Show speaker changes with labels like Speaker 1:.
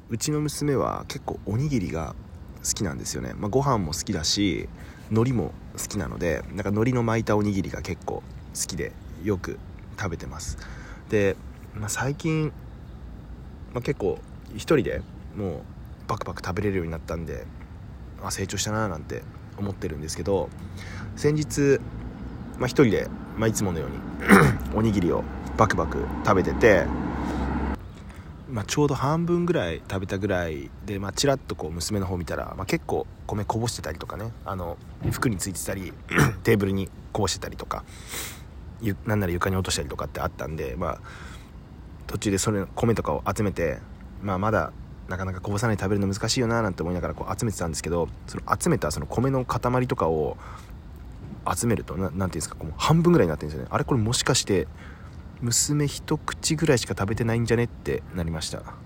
Speaker 1: うちの娘は結構おにぎりが好きなんですよね。ご飯も好きだし海苔も好きなので、なんか海苔の巻いたおにぎりが結構好きでよく食べてます。で、最近、結構一人でもうパクパク食べれるようになったんで、成長したななんて思ってるんですけど、先日、一人で、いつものようにおにぎりをバクバク食べてて、ちょうど半分ぐらい食べたぐらいで、チラッとこう娘の方見たら、結構米こぼしてたりとかね、服についてたりテーブルにこぼしてたりとか、なんなら床に落としたりとかってあったんで、途中でそれ米とかを集めて、まだなかなかこぼさないで食べるの難しいよななんて思いながらこう集めてたんですけど、その集めたその米の塊とかを集めるとなんていうんですか、こう半分ぐらいになってるんですよね。あれ、これもしかして娘一口ぐらいしか食べてないんじゃねってなりました。